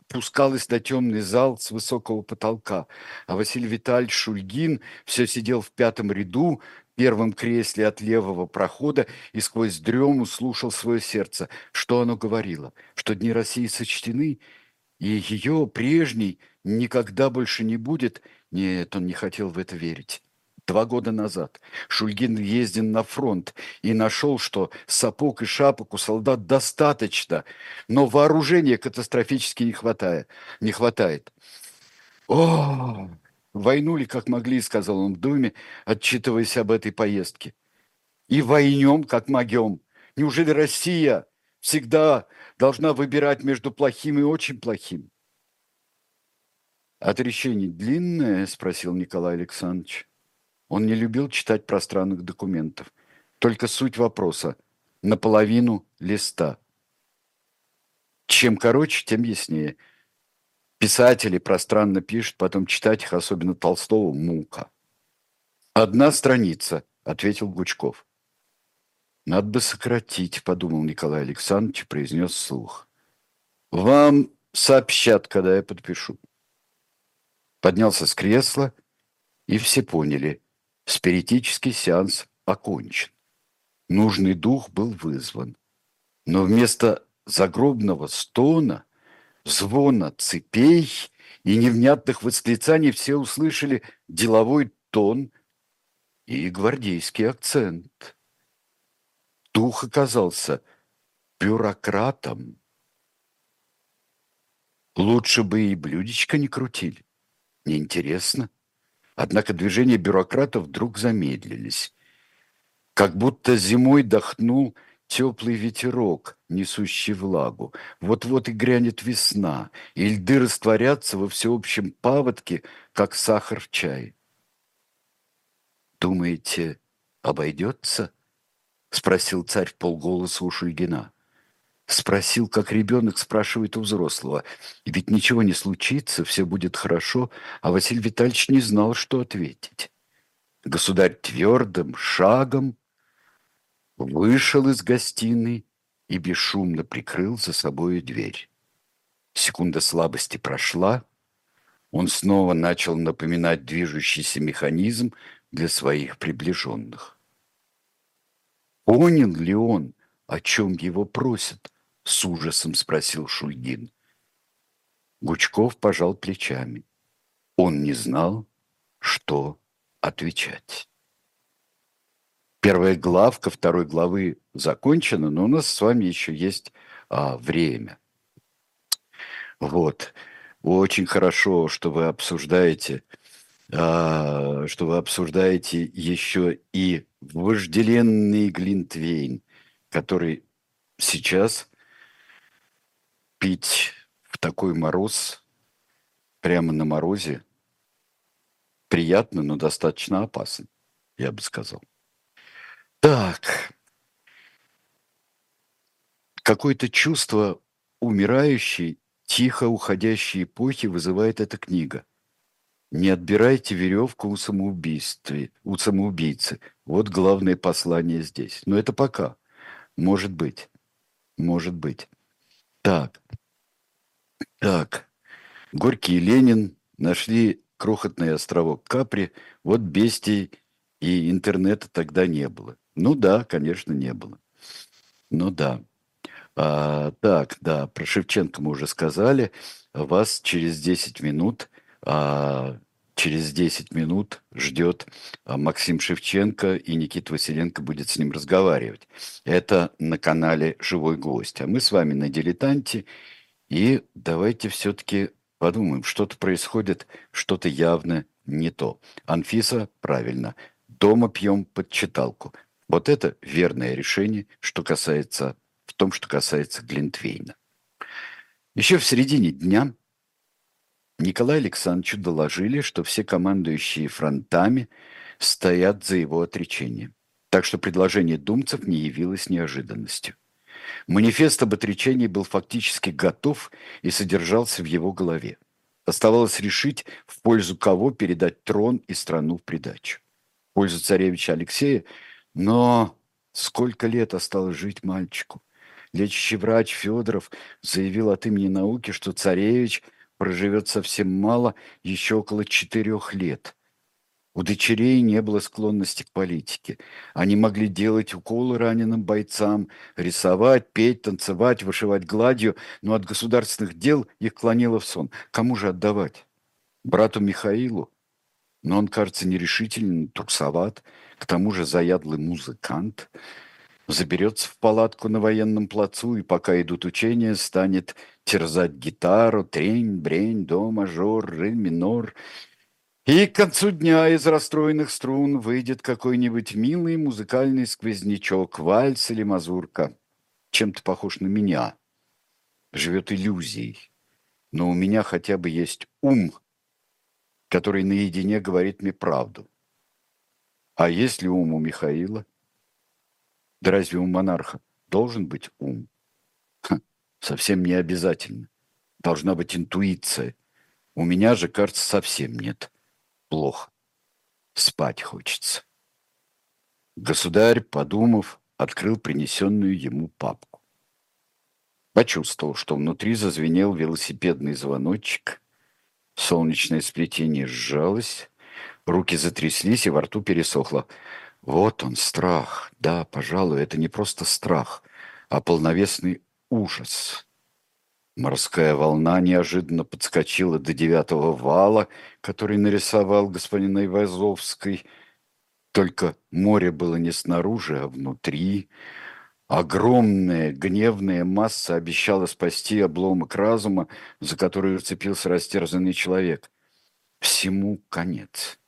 пускалась на темный зал с высокого потолка, а Василий Витальевич Шульгин все сидел в пятом ряду, в первом кресле от левого прохода и сквозь дрему слушал свое сердце, что оно говорило, что дни России сочтены, и ее, прежней, никогда больше не будет. Нет, он не хотел в это верить. Два года назад Шульгин ездил на фронт и нашел, что сапог и шапок у солдат достаточно, но вооружения катастрофически не хватает. Не хватает. О, войну ли как могли, сказал он в Думе, отчитываясь об этой поездке. И войнем, как могем. Неужели Россия всегда должна выбирать между плохим и очень плохим? «Отречение длинное?» – спросил Николай Александрович. Он не любил читать пространных документов. Только суть вопроса – наполовину листа. Чем короче, тем яснее. Писатели пространно пишут, потом читать их, особенно Толстого, мука. «Одна страница», – ответил Гучков. «Надо бы сократить», – подумал Николай Александрович и произнес вслух. «Вам сообщат, когда я подпишу». Поднялся с кресла, и все поняли – спиритический сеанс окончен. Нужный дух был вызван. Но вместо загробного стона, звона цепей и невнятных восклицаний все услышали деловой тон и гвардейский акцент. Дух оказался бюрократом. Лучше бы и блюдечко не крутили. Неинтересно. Однако движения бюрократов вдруг замедлились. Как будто зимой дохнул теплый ветерок, несущий влагу. Вот-вот и грянет весна, и льды растворятся во всеобщем паводке, как сахар в чае. «Думаете, обойдется?» — спросил царь вполголоса у Шульгина. Спросил, как ребенок спрашивает у взрослого. И ведь ничего не случится, все будет хорошо, а Василий Витальевич не знал, что ответить. Государь твердым шагом вышел из гостиной и бесшумно прикрыл за собой дверь. Секунда слабости прошла, он снова начал напоминать движущийся механизм для своих приближенных. Понял ли он, о чем его просят? С ужасом спросил Шульгин. Гучков пожал плечами. Он не знал, что отвечать. Первая главка второй главы закончена, но у нас с вами еще есть а, время. Вот. Очень хорошо, что вы обсуждаете, а, что вы обсуждаете еще и вожделенный глинтвейн, который сейчас пить в такой мороз, прямо на морозе, приятно, но достаточно опасно, я бы сказал. Так, какое-то чувство умирающей, тихо уходящей эпохи вызывает эта книга. Не отбирайте веревку у самоубийстве, у самоубийцы. Вот главное послание здесь. Но это пока. Может быть. Может быть. Так. Так. Горький и Ленин нашли крохотный островок Капри. Вот бестий и интернета тогда не было. Ну да, конечно, не было. Ну да. А, так, да, про Шевченко мы уже сказали. Вас через десять минут, а, через десять минут ждет а, Максим Шевченко, и Никита Василенко будет с ним разговаривать. Это на канале «Живой гость». А мы с вами на «Дилетанте». И давайте все-таки подумаем, что-то происходит, что-то явно не то. Анфиса, правильно, дома пьем под читалку. Вот это верное решение, что касается, в том, что касается глинтвейна. Еще в середине дня Николаю Александровичу доложили, что все командующие фронтами стоят за его отречением. Так что предложение думцев не явилось неожиданностью. Манифест об отречении был фактически готов и содержался в его голове. Оставалось решить, в пользу кого передать трон и страну в придачу. В пользу царевича Алексея, но сколько лет осталось жить мальчику? Лечащий врач Федоров заявил от имени науки, что царевич проживет совсем мало, еще около четырех лет. У дочерей не было склонности к политике. Они могли делать уколы раненым бойцам, рисовать, петь, танцевать, вышивать гладью, но от государственных дел их клонило в сон. Кому же отдавать? Брату Михаилу? Но он, кажется, нерешительный, трусоват, к тому же заядлый музыкант. Заберется в палатку на военном плацу, и пока идут учения, станет терзать гитару, трень, брень, до, мажор, ре, минор. И к концу дня из расстроенных струн выйдет какой-нибудь милый музыкальный сквознячок, вальс или мазурка. Чем-то похож на меня. Живет иллюзией. Но у меня хотя бы есть ум, который наедине говорит мне правду. А есть ли ум у Михаила? Да разве у монарха должен быть ум? Ха, совсем не обязательно. Должна быть интуиция. У меня же, кажется, совсем нет. Плохо. Спать хочется. Государь, подумав, открыл принесенную ему папку. Почувствовал, что внутри зазвенел велосипедный звоночек, солнечное сплетение сжалось, руки затряслись и во рту пересохло. Вот он, страх. Да, пожалуй, это не просто страх, а полновесный ужас. Морская волна неожиданно подскочила до девятого вала, который нарисовал господин Айвазовский. Только море было не снаружи, а внутри. Огромная гневная масса обещала спасти обломок разума, за который уцепился растерзанный человек. Всему конец.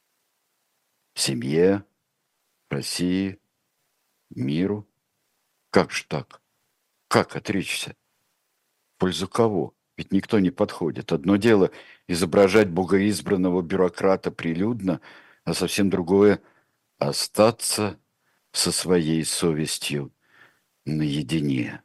Семье, России, миру. Как же так? Как отречься? В пользу кого? Ведь никто не подходит. Одно дело изображать богоизбранного бюрократа прилюдно, а совсем другое — остаться со своей совестью наедине.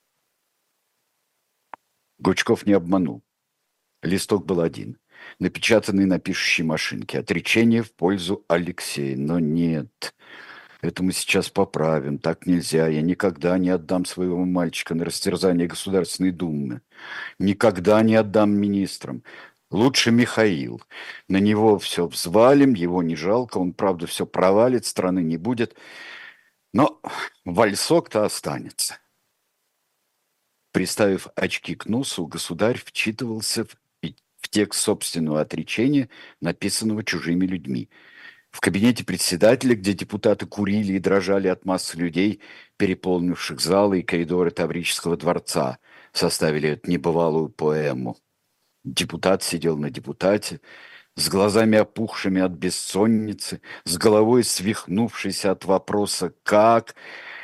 Гучков не обманул. Листок был один, напечатанный на пишущей машинке. Отречение в пользу Алексея. Но нет, это мы сейчас поправим. Так нельзя. Я никогда не отдам своего мальчика на растерзание Государственной Думы. Никогда не отдам министрам. Лучше Михаил. На него все взвалим, его не жалко. Он, правда, все провалит, страны не будет. Но вальсок-то останется. Приставив очки к носу, государь вчитывался в, в текст собственного отречения, написанного чужими людьми. В кабинете председателя, где депутаты курили и дрожали от массы людей, переполнивших залы и коридоры Таврического дворца, составили эту небывалую поэму. Депутат сидел на депутате, с глазами опухшими от бессонницы, с головой свихнувшейся от вопроса «как?»,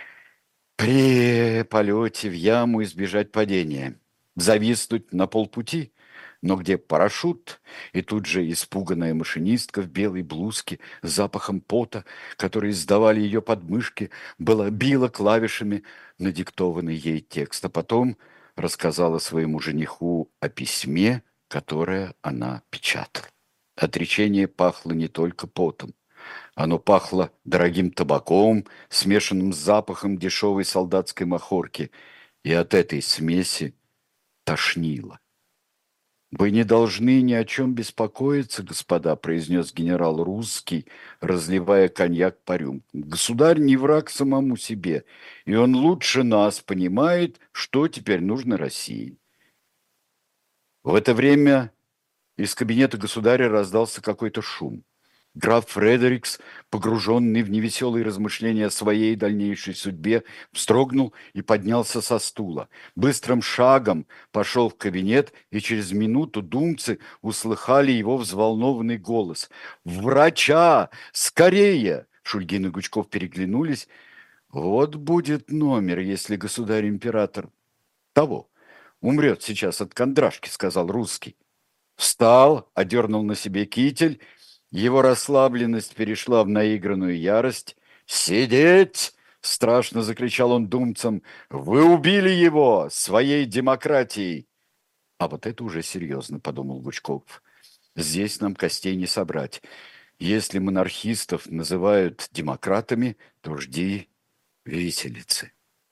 при полете в яму избежать падения, зависнуть на полпути, но где парашют, и тут же испуганная машинистка в белой блузке с запахом пота, который издавали ее подмышки, была била клавишами надиктованный ей текст, а потом рассказала своему жениху о письме, которое она печатала. Отречение пахло не только потом. Оно пахло дорогим табаком, смешанным с запахом дешевой солдатской махорки, и от этой смеси тошнило. «Вы не должны ни о чем беспокоиться, господа», — произнес генерал Русский, разливая коньяк по рюмкам. «Государь не враг самому себе, и он лучше нас понимает, что теперь нужно России». В это время из кабинета государя раздался какой-то шум. Граф Фредерикс, погруженный в невеселые размышления о своей дальнейшей судьбе, вздрогнул и поднялся со стула. Быстрым шагом пошел в кабинет, и через минуту думцы услыхали его взволнованный голос. «Врача! Скорее!» Шульгин и Гучков переглянулись. «Вот будет номер, если государь-император того умрет сейчас от кондрашки», — сказал Русский. Встал, одернул на себе китель. Его расслабленность перешла в наигранную ярость. «Сидеть!» — страшно закричал он думцам. «Вы убили его своей демократией!» «А вот это уже серьезно», — подумал Гучков. «Здесь нам костей не собрать. Если монархистов называют демократами, то жди виселицы».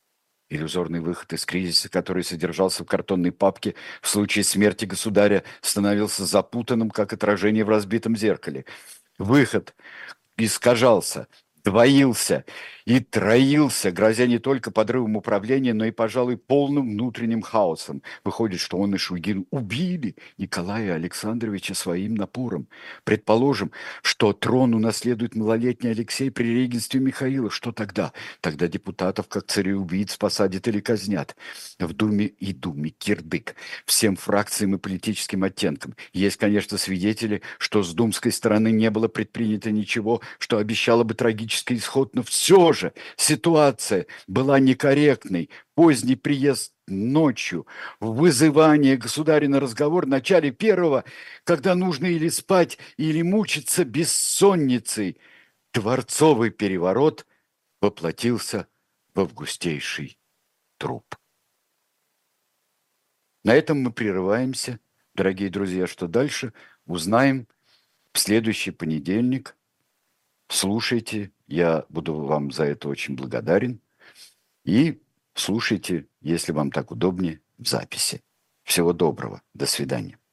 Иллюзорный выход из кризиса, который содержался в картонной папке, в случае смерти государя становился запутанным, как отражение в разбитом зеркале. Выход искажался, двоился и троился, грозя не только подрывом управления, но и, пожалуй, полным внутренним хаосом. Выходит, что он и Шульгин убили Николая Александровича своим напором. Предположим, что трон унаследует малолетний Алексей при регенстве Михаила. Что тогда? Тогда депутатов, как цареубийц, посадят или казнят. В Думе и Думе кирдык. Всем фракциям и политическим оттенкам. Есть, конечно, свидетели, что с думской стороны не было предпринято ничего, что обещало бы трагический исход, но все же ситуация была некорректной. Поздний приезд ночью, вызывание государя на разговор в начале первого, когда нужно или спать, или мучиться бессонницей. Дворцовый переворот воплотился в августейший труп. На этом мы прерываемся, дорогие друзья. Что дальше, узнаем в следующий понедельник. Слушайте, я буду вам за это очень благодарен. И слушайте, если вам так удобнее, в записи. Всего доброго, до свидания.